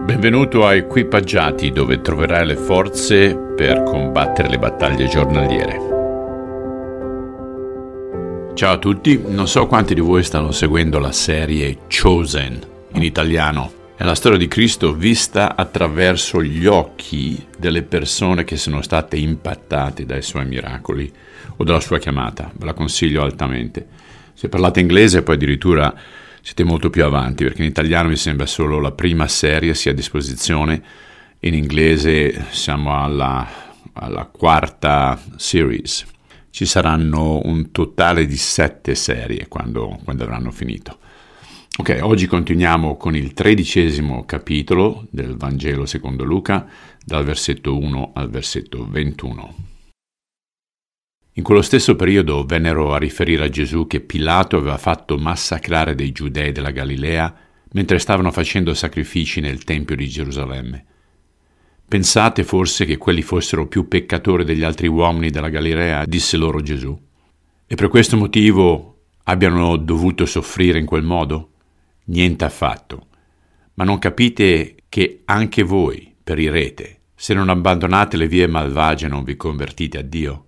Benvenuto a Equipaggiati, dove troverai le forze per combattere le battaglie giornaliere. Ciao a tutti, non so quanti di voi stanno seguendo la serie Chosen, in italiano. È la storia di Cristo vista attraverso gli occhi delle persone che sono state impattate dai suoi miracoli o dalla sua chiamata. Ve la consiglio altamente. Se parlate inglese poi addirittura siete molto più avanti, perché in italiano mi sembra solo la prima serie sia a disposizione, in inglese siamo alla quarta series. Ci saranno un totale di 7 serie quando avranno finito. Ok, oggi continuiamo con il 13° capitolo del Vangelo secondo Luca, dal versetto 1 al versetto 21. In quello stesso periodo vennero a riferire a Gesù che Pilato aveva fatto massacrare dei giudei della Galilea mentre stavano facendo sacrifici nel Tempio di Gerusalemme. Pensate forse che quelli fossero più peccatori degli altri uomini della Galilea? Disse loro Gesù. E per questo motivo abbiano dovuto soffrire in quel modo? Niente affatto. Ma non capite che anche voi perirete se non abbandonate le vie malvagie e non vi convertite a Dio?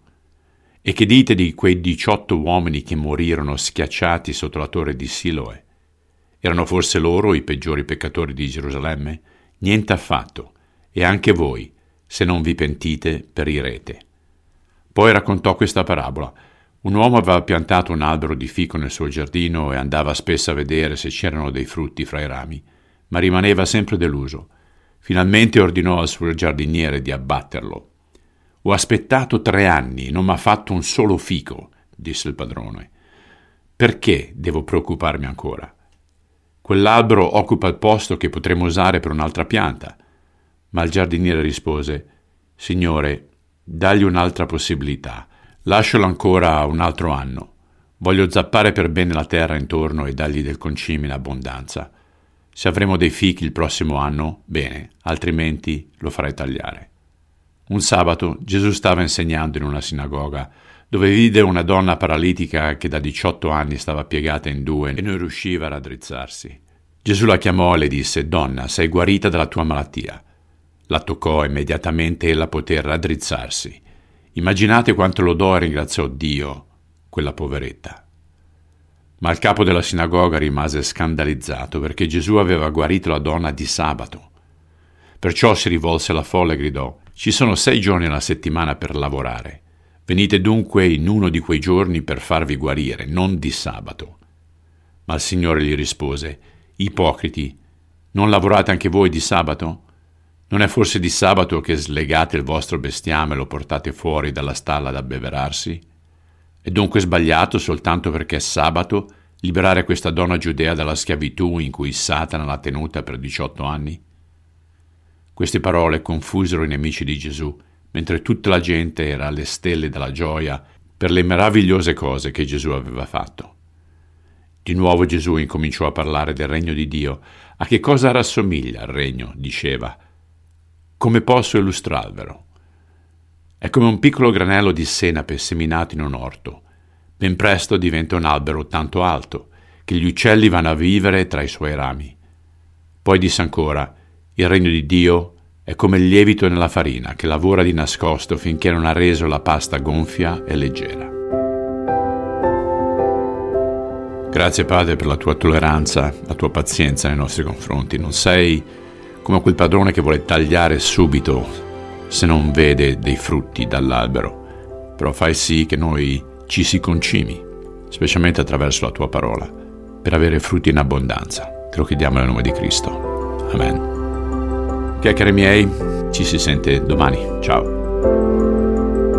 E che dite di quei 18 uomini che morirono schiacciati sotto la torre di Siloe? Erano forse loro i peggiori peccatori di Gerusalemme? Niente affatto, e anche voi, se non vi pentite, perirete. Poi raccontò questa parabola. Un uomo aveva piantato un albero di fico nel suo giardino e andava spesso a vedere se c'erano dei frutti fra i rami, ma rimaneva sempre deluso. Finalmente ordinò al suo giardiniere di abbatterlo. «Ho aspettato 3 anni, non m'ha fatto un solo fico», disse il padrone. «Perché devo preoccuparmi ancora? Quell'albero occupa il posto che potremmo usare per un'altra pianta». Ma il giardiniere rispose: «Signore, dagli un'altra possibilità. Lascialo ancora un altro anno. Voglio zappare per bene la terra intorno e dargli del concime in abbondanza. Se avremo dei fichi il prossimo anno, bene, altrimenti lo farai tagliare». Un sabato Gesù stava insegnando in una sinagoga, dove vide una donna paralitica che da 18 anni stava piegata in 2 e non riusciva a raddrizzarsi. Gesù la chiamò e le disse: «Donna, sei guarita dalla tua malattia». La toccò immediatamente e ella poté raddrizzarsi. Immaginate quanto lodò e ringraziò Dio, quella poveretta. Ma il capo della sinagoga rimase scandalizzato perché Gesù aveva guarito la donna di sabato. Perciò si rivolse alla folla e gridò: «Ci sono 6 giorni alla settimana per lavorare. Venite dunque in uno di quei giorni per farvi guarire, non di sabato». Ma il Signore gli rispose: «Ipocriti, non lavorate anche voi di sabato? Non è forse di sabato che slegate il vostro bestiame e lo portate fuori dalla stalla ad abbeverarsi? È dunque sbagliato soltanto perché è sabato liberare questa donna giudea dalla schiavitù in cui Satana l'ha tenuta per 18 anni?» Queste parole confusero i nemici di Gesù, mentre tutta la gente era alle stelle dalla gioia per le meravigliose cose che Gesù aveva fatto. Di nuovo Gesù incominciò a parlare del regno di Dio. «A che cosa rassomiglia il regno?» diceva. «Come posso illustrarvelo? È come un piccolo granello di senape seminato in un orto. Ben presto diventa un albero tanto alto che gli uccelli vanno a vivere tra i suoi rami». Poi disse ancora: «Il regno di Dio è come il lievito nella farina che lavora di nascosto finché non ha reso la pasta gonfia e leggera». Grazie Padre per la tua tolleranza, la tua pazienza nei nostri confronti. Non sei come quel padrone che vuole tagliare subito se non vede dei frutti dall'albero, però fai sì che noi ci si concimi, specialmente attraverso la tua parola, per avere frutti in abbondanza. Te lo chiediamo nel nome di Cristo. Amen. Cari miei, ci si sente domani. Ciao.